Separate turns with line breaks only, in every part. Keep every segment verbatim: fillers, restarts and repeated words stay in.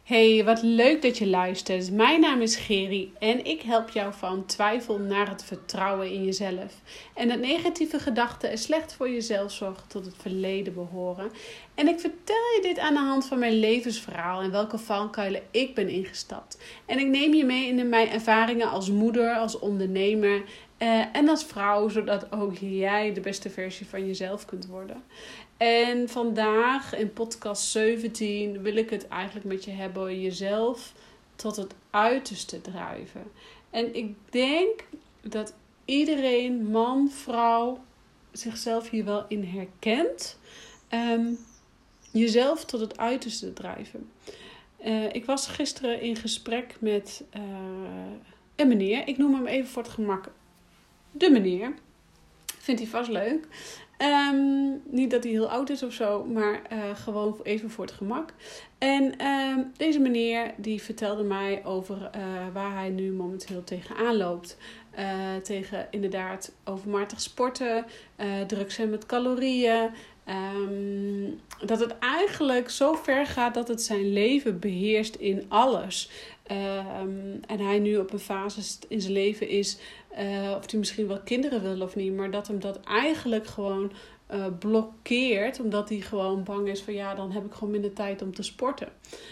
Hey, wat leuk dat je luistert. Mijn naam is Geri en ik help jou van twijfel naar het vertrouwen in jezelf. En dat negatieve gedachten en slecht voor jezelf zorgen tot het verleden behoren. En ik vertel je dit aan de hand van mijn levensverhaal en welke valkuilen ik ben ingestapt. En ik neem je mee in mijn ervaringen als moeder, als ondernemer uh, en als vrouw, zodat ook jij de beste versie van jezelf kunt worden. En vandaag in podcast zeventien wil ik het eigenlijk met je hebben, jezelf tot het uiterste drijven. En ik denk dat iedereen, man, vrouw, zichzelf hier wel in herkent. Um, jezelf tot het uiterste drijven. Uh, ik was gisteren in gesprek met uh, een meneer. Ik noem hem even voor het gemak de meneer. Vindt hij vast leuk. Um, niet dat hij heel oud is of zo, maar uh, gewoon even voor het gemak. En um, deze meneer die vertelde mij over uh, waar hij nu momenteel tegenaan loopt. Uh, tegen inderdaad overmatig sporten, uh, druk zijn met calorieën. Um, dat het eigenlijk zo ver gaat dat het zijn leven beheerst in alles. Um, en hij nu op een fase in zijn leven is, uh, of hij misschien wel kinderen wil of niet, maar dat hem dat eigenlijk gewoon uh, blokkeert, omdat hij gewoon bang is van ja, dan heb ik gewoon minder tijd om te sporten.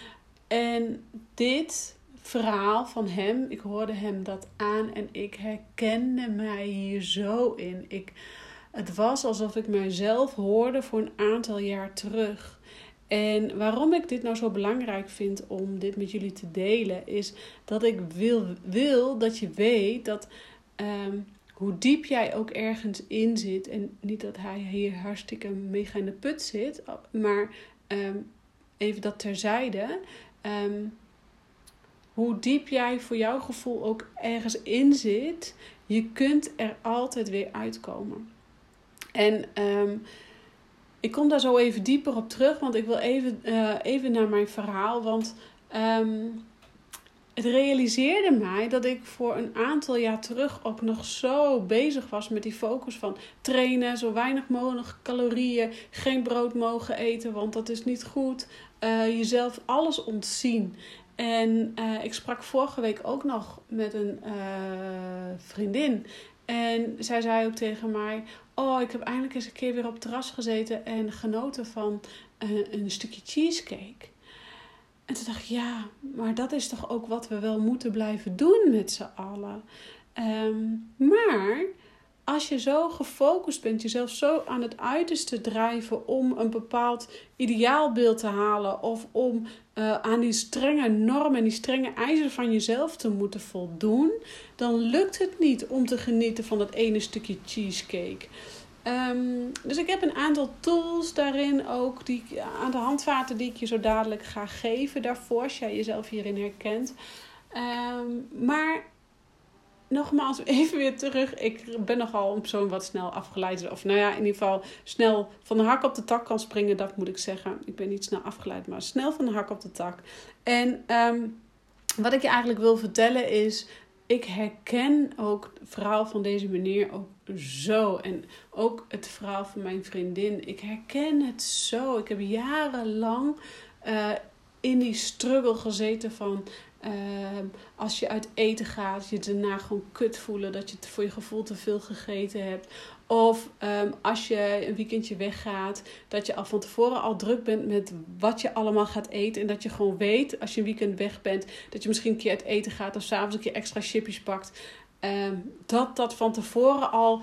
En dit verhaal van hem, ik hoorde hem dat aan en ik herkende mij hier zo in. Ik, het was alsof ik mijzelf hoorde voor een aantal jaar terug. En waarom ik dit nou zo belangrijk vind om dit met jullie te delen, is dat ik wil, wil dat je weet dat um, hoe diep jij ook ergens in zit, en niet dat hij hier hartstikke mega in de put zit, maar um, even dat terzijde, um, hoe diep jij voor jouw gevoel ook ergens in zit, je kunt er altijd weer uitkomen. En um, ik kom daar zo even dieper op terug, want ik wil even, uh, even naar mijn verhaal. Want um, het realiseerde mij dat ik voor een aantal jaar terug ook nog zo bezig was met die focus van trainen, zo weinig mogelijk calorieën, geen brood mogen eten, want dat is niet goed. Uh, jezelf alles ontzien. En uh, ik sprak vorige week ook nog met een uh, vriendin. En zij zei ook tegen mij, oh, ik heb eindelijk eens een keer weer op het terras gezeten en genoten van uh, een stukje cheesecake. En toen dacht ik, ja, maar dat is toch ook wat we wel moeten blijven doen met z'n allen. Um, maar als je zo gefocust bent, jezelf zo aan het uiterste drijven om een bepaald ideaalbeeld te halen, of om uh, aan die strenge normen en die strenge eisen van jezelf te moeten voldoen, dan lukt het niet om te genieten van dat ene stukje cheesecake. Um, dus ik heb een aantal tools daarin ook, die, aan de handvaten die ik je zo dadelijk ga geven daarvoor, als jij jezelf hierin herkent. Um, maar nogmaals, even weer terug. Ik ben nogal een persoon wat snel afgeleid. Of nou ja, in ieder geval snel van de hak op de tak kan springen. Dat moet ik zeggen. Ik ben niet snel afgeleid, maar snel van de hak op de tak. En um, wat ik je eigenlijk wil vertellen is, ik herken ook het verhaal van deze meneer ook zo. En ook het verhaal van mijn vriendin. Ik herken het zo. Ik heb jarenlang uh, in die struggle gezeten van Uh, als je uit eten gaat, je daarna gewoon kut voelen dat je voor je gevoel te veel gegeten hebt. Of um, als je een weekendje weggaat, dat je al van tevoren al druk bent met wat je allemaal gaat eten. En dat je gewoon weet, als je een weekend weg bent, dat je misschien een keer uit eten gaat of 's avonds een keer extra chipjes pakt. Um, dat dat van tevoren al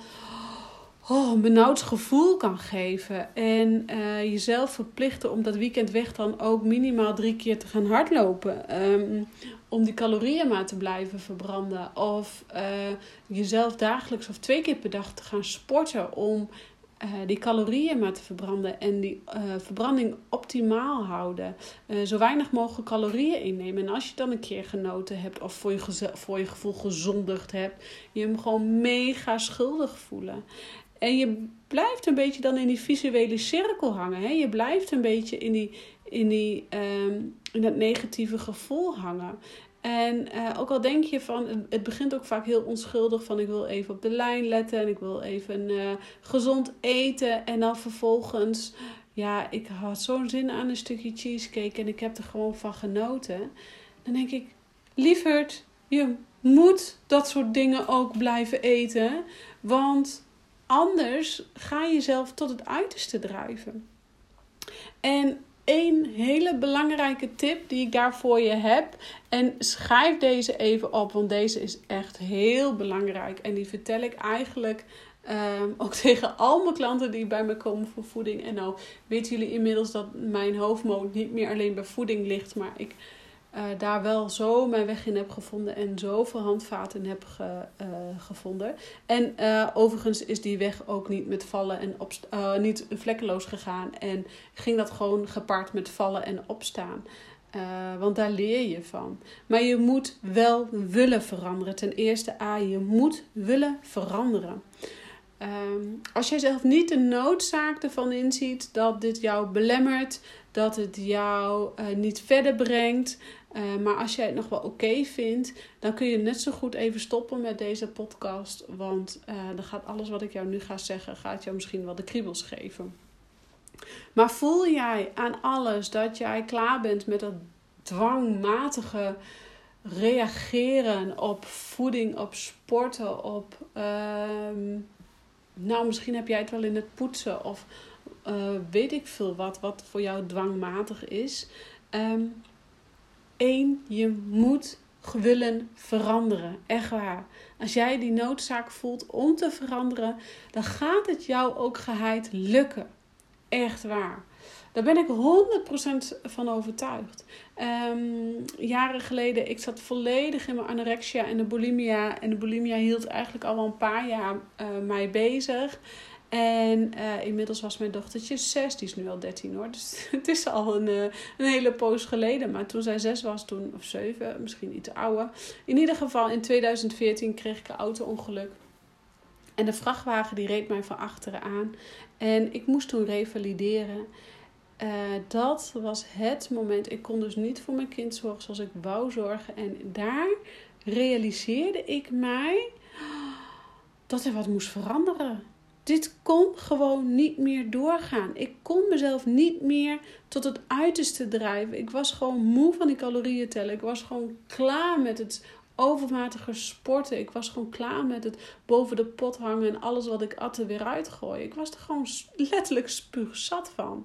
oh, een benauwd gevoel kan geven. En uh, jezelf verplichten om dat weekend weg dan ook minimaal drie keer te gaan hardlopen. Um, om die calorieën maar te blijven verbranden. Of uh, jezelf dagelijks of twee keer per dag te gaan sporten om uh, die calorieën maar te verbranden. En die uh, verbranding optimaal houden. Uh, zo weinig mogelijk calorieën innemen. En als je dan een keer genoten hebt of voor je, geze- voor je gevoel gezondigd hebt, je hem gewoon mega schuldig voelen. En je blijft een beetje dan in die visuele cirkel hangen. Hè? Je blijft een beetje in, die, in, die, um, in dat negatieve gevoel hangen. En uh, ook al denk je van, het begint ook vaak heel onschuldig van ik wil even op de lijn letten en ik wil even uh, gezond eten. En dan vervolgens ja, ik had zo'n zin aan een stukje cheesecake en ik heb er gewoon van genoten. Dan denk ik, lieverd, je moet dat soort dingen ook blijven eten. Want anders ga je jezelf tot het uiterste drijven. En één hele belangrijke tip die ik daar voor je heb. En schrijf deze even op, want deze is echt heel belangrijk. En die vertel ik eigenlijk um, ook tegen al mijn klanten die bij me komen voor voeding. En nou weten jullie inmiddels dat mijn hoofdmoot niet meer alleen bij voeding ligt. Maar ik uh, daar wel zo mijn weg in heb gevonden en zoveel handvaten heb ge, uh, gevonden. En uh, overigens is die weg ook niet met vallen en opst- uh, niet vlekkeloos gegaan. En ging dat gewoon gepaard met vallen en opstaan. Uh, want daar leer je van. Maar je moet wel willen veranderen. Ten eerste A, je moet willen veranderen. Um, als jij zelf niet de noodzaak ervan inziet dat dit jou belemmert, dat het jou uh, niet verder brengt, uh, maar als jij het nog wel oké okay vindt, dan kun je net zo goed even stoppen met deze podcast, want uh, dan gaat alles wat ik jou nu ga zeggen, gaat jou misschien wel de kriebels geven. Maar voel jij aan alles dat jij klaar bent met dat dwangmatige reageren op voeding, op sporten, op Um, nou, misschien heb jij het wel in het poetsen of uh, weet ik veel wat, wat voor jou dwangmatig is. Um, Eén, je moet willen veranderen. Echt waar. Als jij die noodzaak voelt om te veranderen, dan gaat het jou ook geheid lukken. Echt waar. Daar ben ik honderd procent van overtuigd. Um, jaren geleden, ik zat volledig in mijn anorexia en de bulimia. En de bulimia hield eigenlijk al wel een paar jaar uh, mij bezig. En uh, inmiddels was mijn dochtertje zes, die is nu al dertien hoor. Dus het is al een, uh, een hele poos geleden. Maar toen zij zes was, toen, of zeven, misschien iets ouder. In ieder geval in tweeduizend veertien kreeg ik een auto-ongeluk. En de vrachtwagen die reed mij van achteren aan. En ik moest toen revalideren. Uh, dat was het moment. Ik kon dus niet voor mijn kind zorgen zoals ik wou zorgen. En daar realiseerde ik mij dat er wat moest veranderen. Dit kon gewoon niet meer doorgaan. Ik kon mezelf niet meer tot het uiterste drijven. Ik was gewoon moe van die calorieën tellen. Ik was gewoon klaar met het overmatige sporten. Ik was gewoon klaar met het boven de pot hangen en alles wat ik at er weer uitgooien. Ik was er gewoon letterlijk spuugzat van.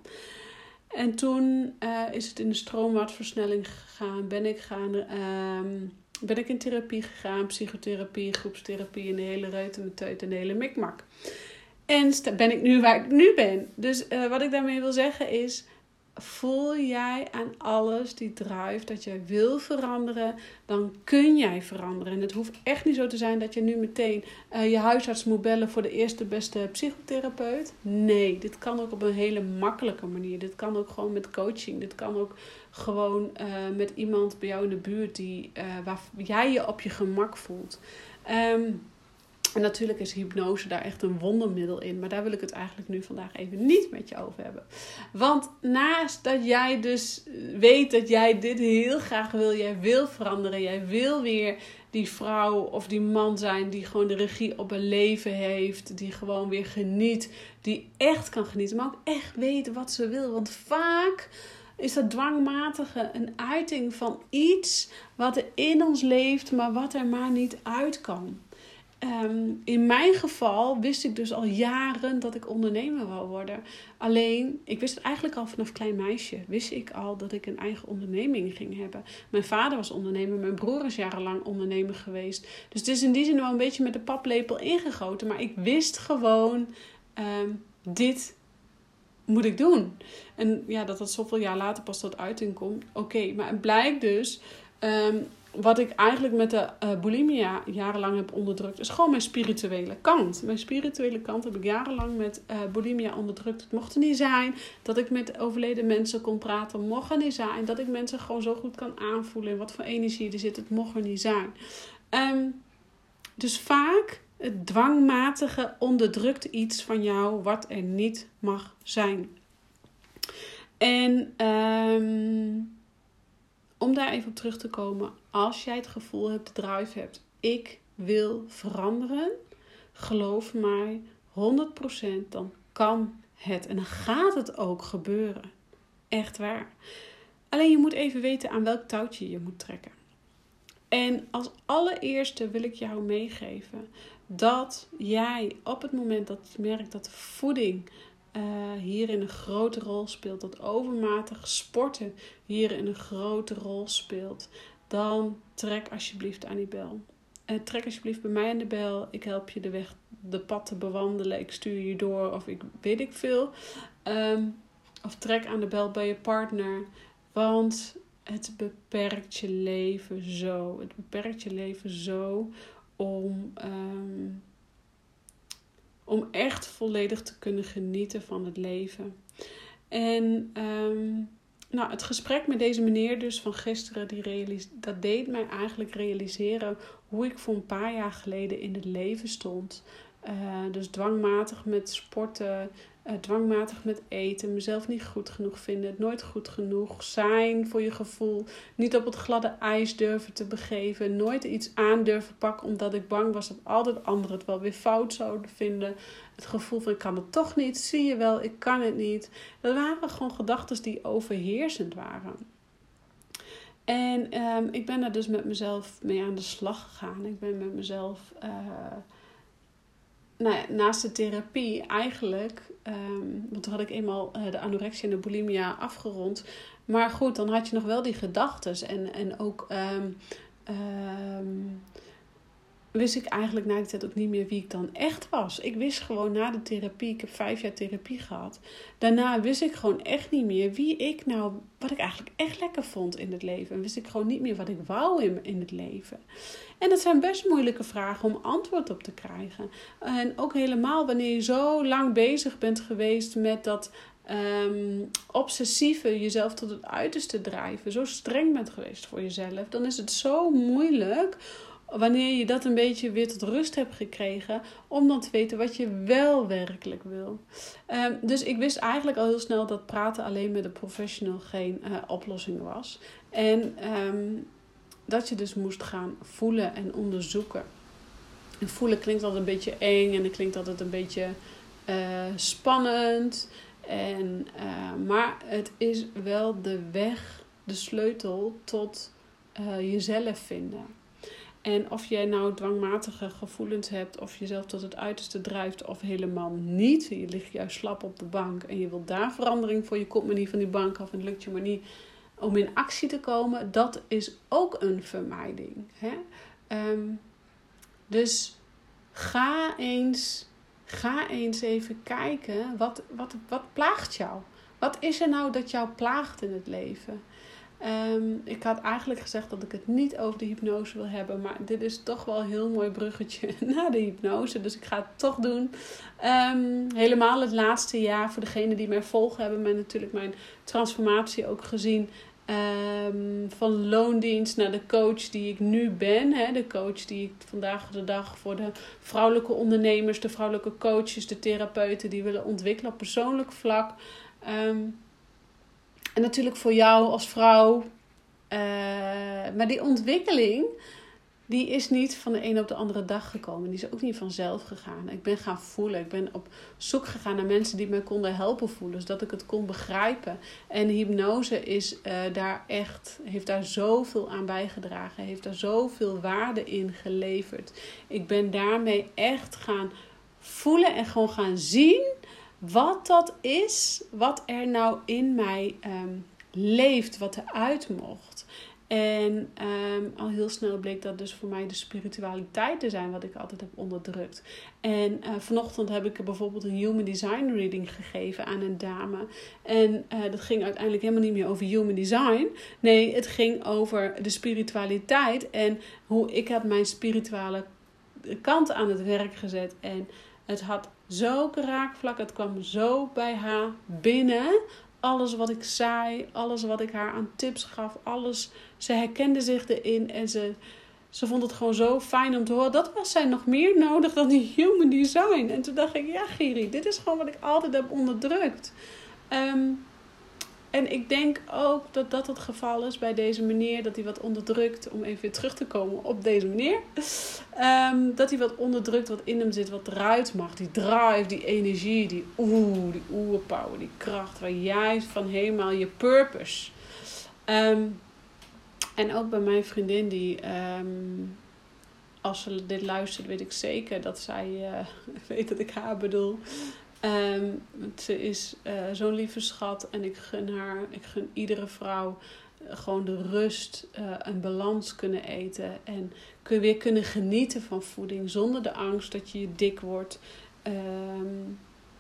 En toen uh, is het in de stroomwaartversnelling gegaan. Ben ik, gaan, uh, ben ik in therapie gegaan. Psychotherapie, groepstherapie en de hele reutemeteut en de hele mikmak. En ben ik nu waar ik nu ben. Dus uh, wat ik daarmee wil zeggen is, voel jij aan alles die drijft dat jij wil veranderen, dan kun jij veranderen. En het hoeft echt niet zo te zijn dat je nu meteen uh, je huisarts moet bellen voor de eerste beste psychotherapeut. Nee, dit kan ook op een hele makkelijke manier. Dit kan ook gewoon met coaching. Dit kan ook gewoon uh, met iemand bij jou in de buurt die, uh, waar jij je op je gemak voelt. Um, En natuurlijk is hypnose daar echt een wondermiddel in. Maar daar wil ik het eigenlijk nu vandaag even niet met je over hebben. Want naast dat jij dus weet dat jij dit heel graag wil. Jij wil veranderen. Jij wil weer die vrouw of die man zijn die gewoon de regie op een leven heeft. Die gewoon weer geniet. Die echt kan genieten. Maar ook echt weet wat ze wil. Want vaak is dat dwangmatige een uiting van iets wat er in ons leeft. Maar wat er maar niet uit kan. Um, in mijn geval wist ik dus al jaren dat ik ondernemer wou worden. Alleen, ik wist het eigenlijk al vanaf klein meisje. Wist ik al dat ik een eigen onderneming ging hebben. Mijn vader was ondernemer, mijn broer is jarenlang ondernemer geweest. Dus het is in die zin wel een beetje met de paplepel ingegoten. Maar ik wist gewoon, um, dit moet ik doen. En ja, dat dat zoveel jaar later pas tot uiting komt. Oké, okay, maar het blijkt dus Um, wat ik eigenlijk met de uh, bulimia jarenlang heb onderdrukt, is gewoon mijn spirituele kant. Mijn spirituele kant heb ik jarenlang met uh, bulimia onderdrukt. Het mocht er niet zijn dat ik met overleden mensen kon praten. Het mocht er niet zijn dat ik mensen gewoon zo goed kan aanvoelen. En wat voor energie er zit, het mocht er niet zijn. Um, dus vaak het dwangmatige onderdrukt iets van jou wat er niet mag zijn. En Um, Om daar even op terug te komen. Als jij het gevoel hebt, de drive hebt. Ik wil veranderen. Geloof mij, honderd procent. Dan kan het. En dan gaat het ook gebeuren. Echt waar. Alleen je moet even weten aan welk touwtje je moet trekken. En als allereerste wil ik jou meegeven dat jij op het moment dat je merkt dat voeding uh, hierin een grote rol speelt, dat overmatig sporten hierin een grote rol speelt, dan trek alsjeblieft aan die bel. En trek alsjeblieft bij mij aan de bel. Ik help je de weg, de pad te bewandelen. Ik stuur je door of ik weet ik veel. Um, of trek aan de bel bij je partner. Want het beperkt je leven zo. Het beperkt je leven zo om, um, om echt volledig te kunnen genieten van het leven. En um, nou, het gesprek met deze meneer dus van gisteren, die realis- dat deed mij eigenlijk realiseren hoe ik voor een paar jaar geleden in het leven stond. Uh, dus dwangmatig met sporten, uh, dwangmatig met eten, mezelf niet goed genoeg vinden, het nooit goed genoeg zijn voor je gevoel, niet op het gladde ijs durven te begeven, nooit iets aan durven pakken omdat ik bang was dat altijd anderen het wel weer fout zouden vinden. Het gevoel van ik kan het toch niet, zie je wel, ik kan het niet. Dat waren gewoon gedachten die overheersend waren. En um, ik ben daar dus met mezelf mee aan de slag gegaan. Ik ben met mezelf... Uh, Nou ja, naast de therapie eigenlijk, um, want toen had ik eenmaal uh, de anorexia en de bulimia afgerond. Maar goed, dan had je nog wel die gedachtes. En, en ook um, um, wist ik eigenlijk na die tijd ook niet meer wie ik dan echt was. Ik wist gewoon na de therapie, ik heb vijf jaar therapie gehad. Daarna wist ik gewoon echt niet meer wie ik nou, wat ik eigenlijk echt lekker vond in het leven. En wist ik gewoon niet meer wat ik wou in, in het leven. En dat zijn best moeilijke vragen om antwoord op te krijgen. En ook helemaal wanneer je zo lang bezig bent geweest met dat um, obsessieve, jezelf tot het uiterste drijven. Zo streng bent geweest voor jezelf. Dan is het zo moeilijk wanneer je dat een beetje weer tot rust hebt gekregen, om dan te weten wat je wel werkelijk wil. Um, dus ik wist eigenlijk al heel snel dat praten alleen met een professional geen uh, oplossing was. En um, dat je dus moest gaan voelen en onderzoeken. En voelen klinkt altijd een beetje eng en het klinkt altijd een beetje uh, spannend. En, uh, maar het is wel de weg, de sleutel tot uh, jezelf vinden. En of jij nou dwangmatige gevoelens hebt, of jezelf tot het uiterste drijft, of helemaal niet. Je ligt juist slap op de bank en je wilt daar verandering voor. Je komt maar niet van die bank af en het lukt je maar niet om in actie te komen. Dat is ook een vermijding. Hè? Um, dus ga eens, ga eens even kijken, wat, wat, wat plaagt jou? Wat is er nou dat jou plaagt in het leven? Um, ik had eigenlijk gezegd dat ik het niet over de hypnose wil hebben. Maar dit is toch wel een heel mooi bruggetje naar de hypnose. Dus ik ga het toch doen. Um, helemaal het laatste jaar. Voor degenen die mij volgen hebben mij natuurlijk mijn transformatie ook gezien. Um, van loondienst naar de coach die ik nu ben. Hè? De coach die ik vandaag de dag voor de vrouwelijke ondernemers, de vrouwelijke coaches, de therapeuten die willen ontwikkelen op persoonlijk vlak. Um, En natuurlijk voor jou als vrouw. Uh, maar die ontwikkeling, die is niet van de een op de andere dag gekomen. Die is ook niet vanzelf gegaan. Ik ben gaan voelen. Ik ben op zoek gegaan naar mensen die mij konden helpen voelen. Zodat ik het kon begrijpen. En hypnose is, uh, daar echt, heeft daar zoveel aan bijgedragen. Heeft daar zoveel waarde in geleverd. Ik ben daarmee echt gaan voelen en gewoon gaan zien wat dat is, wat er nou in mij um, leeft, wat er uit mocht. En um, al heel snel bleek dat dus voor mij de spiritualiteit te zijn wat ik altijd heb onderdrukt. En uh, vanochtend heb ik bijvoorbeeld een human design reading gegeven aan een dame. En uh, dat ging uiteindelijk helemaal niet meer over human design. Nee, het ging over de spiritualiteit en hoe ik had mijn spirituele kant aan het werk gezet. En het had zo raakvlak, het kwam zo bij haar binnen. Alles wat ik zei, alles wat ik haar aan tips gaf, alles. Ze herkende zich erin en ze, ze vond het gewoon zo fijn om te horen. Dat was zij nog meer nodig dan die human design. En toen dacht ik, ja Giri, dit is gewoon wat ik altijd heb onderdrukt. Um, En ik denk ook dat dat het geval is bij deze meneer. Dat hij wat onderdrukt, om even weer terug te komen op deze meneer. Um, dat hij wat onderdrukt, wat in hem zit, wat eruit mag. Die drive, die energie, die oeh, die oerpower, die kracht. Waar jij van helemaal je purpose. Um, en ook bij mijn vriendin die... Um, als ze dit luistert, weet ik zeker dat zij uh, weet dat ik haar bedoel. Um, ze is uh, zo'n lieve schat en ik gun haar, ik gun iedere vrouw uh, gewoon de rust, uh, een balans kunnen eten en kun, weer kunnen genieten van voeding zonder de angst dat je dik wordt. Um,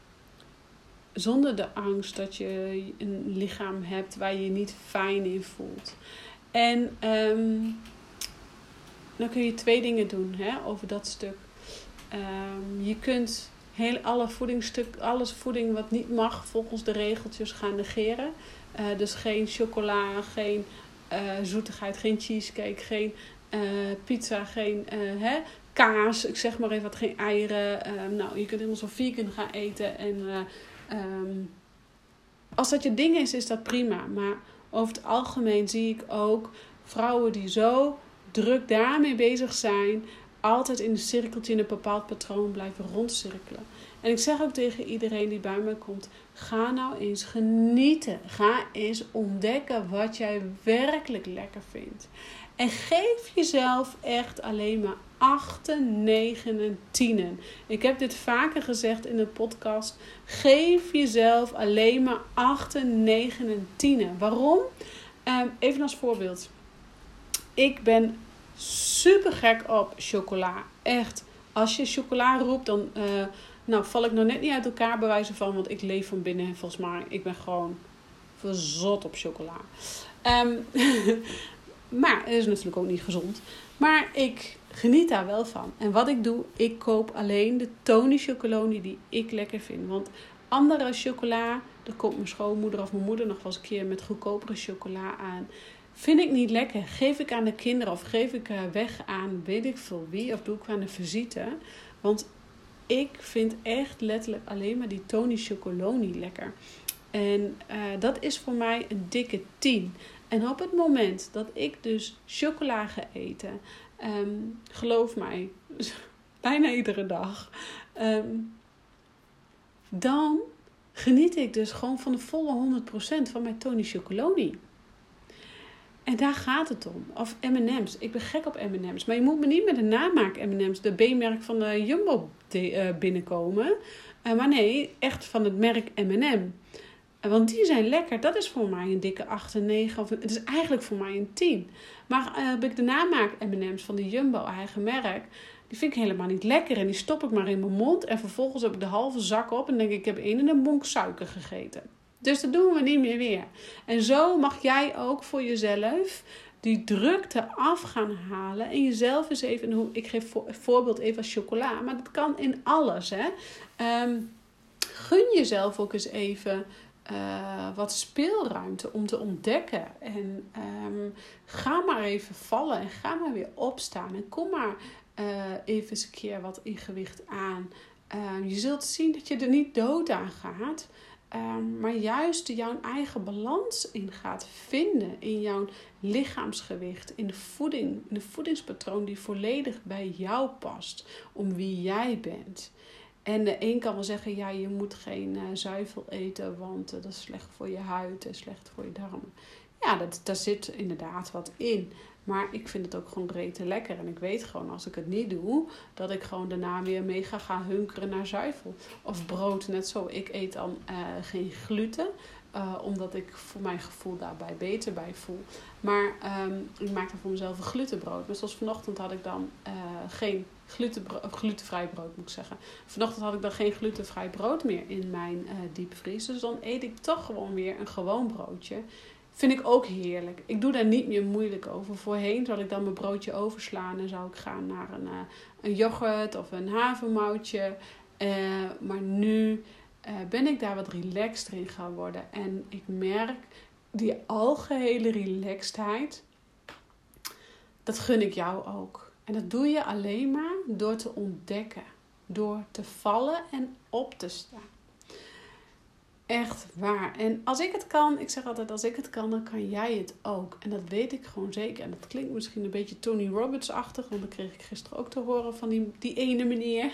zonder de angst dat je een lichaam hebt waar je je niet fijn in voelt. En um, dan kun je twee dingen doen hè, over dat stuk. Um, je kunt heel alle voedingstuk, alles voeding wat niet mag volgens de regeltjes gaan negeren. Uh, dus geen chocola, geen uh, zoetigheid, geen cheesecake, geen uh, pizza, geen uh, hè, kaas. Ik zeg maar even wat, geen eieren. Uh, nou, je kunt helemaal zo vegan gaan eten. En uh, um, als dat je ding is, is dat prima. Maar over het algemeen zie ik ook vrouwen die zo druk daarmee bezig zijn, altijd in een cirkeltje, in een bepaald patroon blijven rondcirkelen. En ik zeg ook tegen iedereen die bij mij komt, ga nou eens genieten. Ga eens ontdekken wat jij werkelijk lekker vindt. En geef jezelf echt alleen maar achten, negen en tienen. Ik heb dit vaker gezegd in de podcast. Geef jezelf alleen maar achten, negen en tienen. Waarom? Um, even als voorbeeld. Ik ben super gek op chocola. Echt. Als je chocola roept, dan uh, nou, val ik nog net niet uit elkaar bij wijze van. Want ik leef van binnen. En volgens mij, ik ben gewoon verzot op chocola. Um, maar het is natuurlijk ook niet gezond. Maar ik geniet daar wel van. En wat ik doe, ik koop alleen de Tony Chocolonely die ik lekker vind. Want andere chocola, daar komt mijn schoonmoeder of mijn moeder nog wel eens een keer met goedkopere chocola aan. Vind ik niet lekker. Geef ik aan de kinderen of geef ik weg aan weet ik veel wie. Of doe ik aan de visite. Want ik vind echt letterlijk alleen maar die Tony Chocolonely lekker. En uh, dat is voor mij een dikke tien. En op het moment dat ik dus chocola ga eten. Um, geloof mij. Bijna iedere dag. Um, dan geniet ik dus gewoon van de volle honderd procent van mijn Tony Chocolonely. En daar gaat het om. Of M en M's. Ik ben gek op M en M's. Maar je moet me niet met de namaak M en M's, de B-merk van de Jumbo de, uh, binnenkomen. Uh, maar nee, echt van het merk M en M. Uh, want die zijn lekker. Dat is voor mij een dikke acht en negen. Of een, het is eigenlijk voor mij een tien. Maar uh, heb ik de namaak M en M's van de Jumbo eigen merk. Die vind ik helemaal niet lekker. En die stop ik maar in mijn mond. En vervolgens heb ik de halve zak op. En denk ik, ik heb één en een bonk suiker gegeten. Dus dat doen we niet meer weer. En zo mag jij ook voor jezelf die drukte af gaan halen. En jezelf eens even, ik geef voor, voorbeeld even als chocola. Maar dat kan in alles. Hè? Um, gun jezelf ook eens even uh, wat speelruimte om te ontdekken. En um, ga maar even vallen en ga maar weer opstaan. En kom maar uh, even eens een keer wat in gewicht aan. Uh, je zult zien dat je er niet dood aan gaat. Um, maar juist jouw eigen balans in gaat vinden in jouw lichaamsgewicht, in de voeding, in de voedingspatroon die volledig bij jou past, om wie jij bent. En de een kan wel zeggen, ja, je moet geen uh, zuivel eten, want uh, dat is slecht voor je huid en slecht voor je darmen. Ja, dat, daar zit inderdaad wat in. Maar ik vind het ook gewoon rete lekker. En ik weet gewoon, als ik het niet doe, dat ik gewoon daarna weer mega ga hunkeren naar zuivel. Of brood, net zo. Ik eet dan uh, geen gluten. Uh, omdat ik voor mijn gevoel daarbij beter bij voel. Maar um, ik maak dan voor mezelf een glutenbrood. Maar zoals vanochtend had ik dan uh, geen glutenbrood, of glutenvrij brood moet ik zeggen. Vanochtend had ik dan geen glutenvrij brood meer in mijn uh, diepvries. Dus dan eet ik toch gewoon weer een gewoon broodje. Vind ik ook heerlijk. Ik doe daar niet meer moeilijk over. Voorheen zou ik dan mijn broodje overslaan en zou ik gaan naar een, uh, een yoghurt of een havermoutje. Uh, maar nu uh, ben ik daar wat relaxter in gaan worden. En ik merk die algehele relaxedheid, dat gun ik jou ook. En dat doe je alleen maar door te ontdekken. Door te vallen en op te staan. Echt waar. En als ik het kan, ik zeg altijd, als ik het kan, dan kan jij het ook. En dat weet ik gewoon zeker. En dat klinkt misschien een beetje Tony Robbins-achtig, want dat kreeg ik gisteren ook te horen van die, die ene meneer.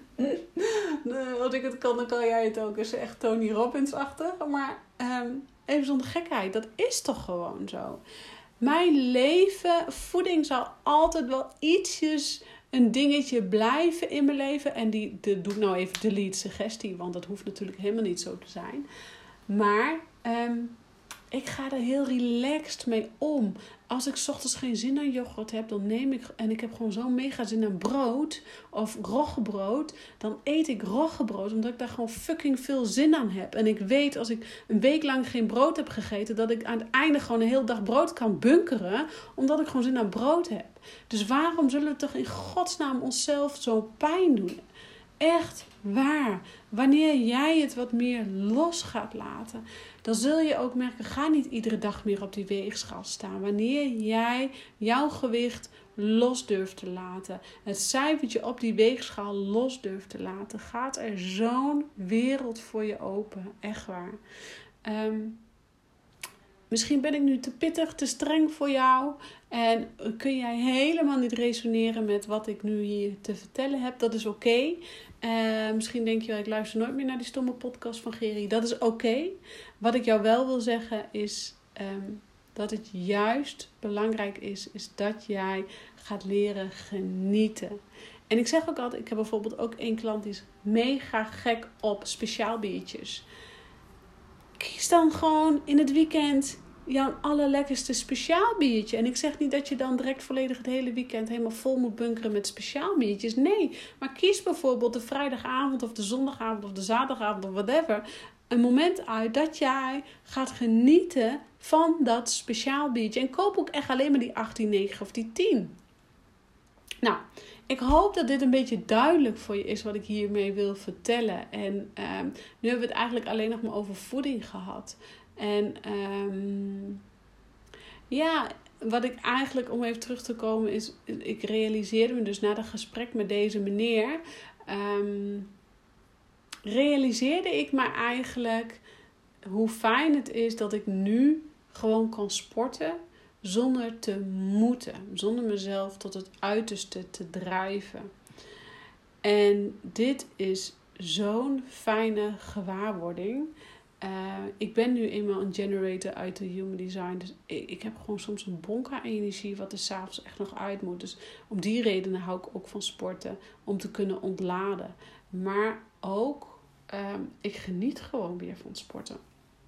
Als ik het kan, dan kan jij het ook. Dat is echt Tony Robbins-achtig. Maar um, even zonder gekheid, dat is toch gewoon zo. Mijn leven, voeding zal altijd wel ietsjes een dingetje blijven in mijn leven. En die, die doe ik nou even delete suggestie, want dat hoeft natuurlijk helemaal niet zo te zijn. Maar um, ik ga er heel relaxed mee om. Als ik 's ochtends geen zin aan yoghurt heb, dan neem ik, en ik heb gewoon zo'n mega zin aan brood of roggebrood, dan eet ik roggebrood, omdat ik daar gewoon fucking veel zin aan heb. En ik weet, als ik een week lang geen brood heb gegeten, dat ik aan het einde gewoon een hele dag brood kan bunkeren, omdat ik gewoon zin aan brood heb. Dus waarom zullen we toch in godsnaam onszelf zo pijn doen? Echt waar. Wanneer jij het wat meer los gaat laten, dan zul je ook merken, ga niet iedere dag meer op die weegschaal staan. Wanneer jij jouw gewicht los durft te laten, het cijfertje op die weegschaal los durft te laten, gaat er zo'n wereld voor je open. Echt waar. Um, Misschien ben ik nu te pittig, te streng voor jou. En kun jij helemaal niet resoneren met wat ik nu hier te vertellen heb. Dat is oké. Okay. Uh, misschien denk je wel, ik luister nooit meer naar die stomme podcast van Geri. Dat is oké. Okay. Wat ik jou wel wil zeggen is um, dat het juist belangrijk is, is dat jij gaat leren genieten. En ik zeg ook altijd, ik heb bijvoorbeeld ook één klant die is mega gek op speciaal biertjes. Kies dan gewoon in het weekend jouw allerlekkerste speciaal biertje. En ik zeg niet dat je dan direct volledig het hele weekend helemaal vol moet bunkeren met speciaal biertjes. Nee, maar kies bijvoorbeeld de vrijdagavond of de zondagavond of de zaterdagavond of whatever een moment uit dat jij gaat genieten van dat speciaal biertje. En koop ook echt alleen maar die achttien negen of die tien. Nou, ik hoop dat dit een beetje duidelijk voor je is wat ik hiermee wil vertellen. En um, nu hebben we het eigenlijk alleen nog maar over voeding gehad. En um, ja, wat ik eigenlijk, om even terug te komen, is, ik realiseerde me dus na het gesprek met deze meneer, um, realiseerde ik me eigenlijk hoe fijn het is dat ik nu gewoon kan sporten zonder te moeten, zonder mezelf tot het uiterste te drijven. En dit is zo'n fijne gewaarwording. Uh, ik ben nu eenmaal een generator uit de Human Design. Dus ik, ik heb gewoon soms een bonk aan energie wat er 's avonds echt nog uit moet. Dus om die redenen hou ik ook van sporten. Om te kunnen ontladen. Maar ook, um, ik geniet gewoon weer van sporten.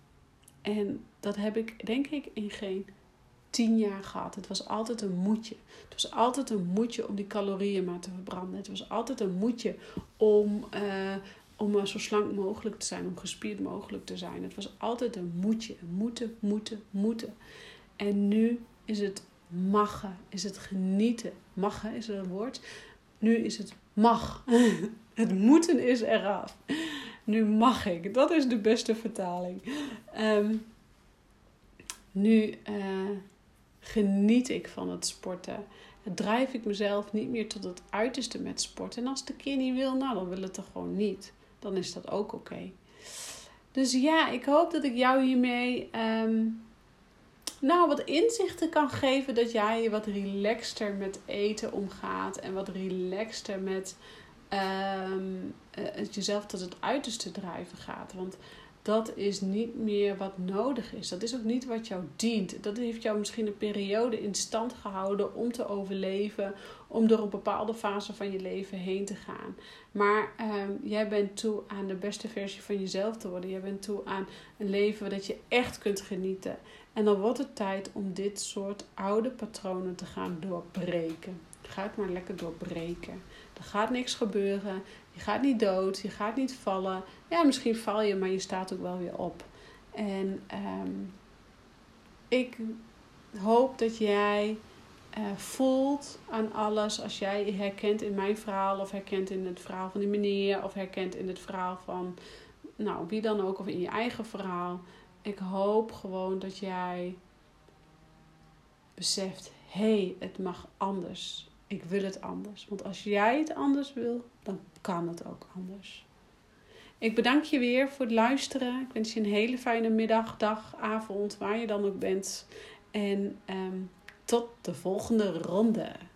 En dat heb ik denk ik in geen tien jaar gehad. Het was altijd een moedje. Het was altijd een moedje om die calorieën maar te verbranden. Het was altijd een moedje om... Uh, om maar zo slank mogelijk te zijn, om gespierd mogelijk te zijn. Het was altijd een moetje. Moeten, moeten, moeten. En nu is het maggen, is het genieten. Maggen is een woord. Nu is het mag. Het moeten is eraf. Nu mag ik. Dat is de beste vertaling. Um, nu uh, geniet ik van het sporten. Drijf ik mezelf niet meer tot het uiterste met sport. En als de keer niet wil, nou dan wil het er gewoon niet. Dan is dat ook oké. Okay. Dus ja, ik hoop dat ik jou hiermee um, nou wat inzichten kan geven. Dat jij je wat relaxter met eten omgaat. En wat relaxter met um, het jezelf tot het uiterste drijven gaat. Want dat is niet meer wat nodig is. Dat is ook niet wat jou dient. Dat heeft jou misschien een periode in stand gehouden om te overleven. Om door een bepaalde fase van je leven heen te gaan. Maar um, jij bent toe aan de beste versie van jezelf te worden. Jij bent toe aan een leven dat je echt kunt genieten. En dan wordt het tijd om dit soort oude patronen te gaan doorbreken. Ga het maar lekker doorbreken. Er gaat niks gebeuren. Je gaat niet dood. Je gaat niet vallen. Ja, misschien val je, maar je staat ook wel weer op. En um, ik hoop dat jij uh, voelt aan alles. Als jij herkent in mijn verhaal. Of herkent in het verhaal van die meneer. Of herkent in het verhaal van nou, wie dan ook. Of in je eigen verhaal. Ik hoop gewoon dat jij beseft. Hé, hey, het mag anders. Ik wil het anders. Want als jij het anders wil, dan kan het ook anders. Ik bedank je weer voor het luisteren. Ik wens je een hele fijne middag, dag, avond, waar je dan ook bent. En um, tot de volgende ronde.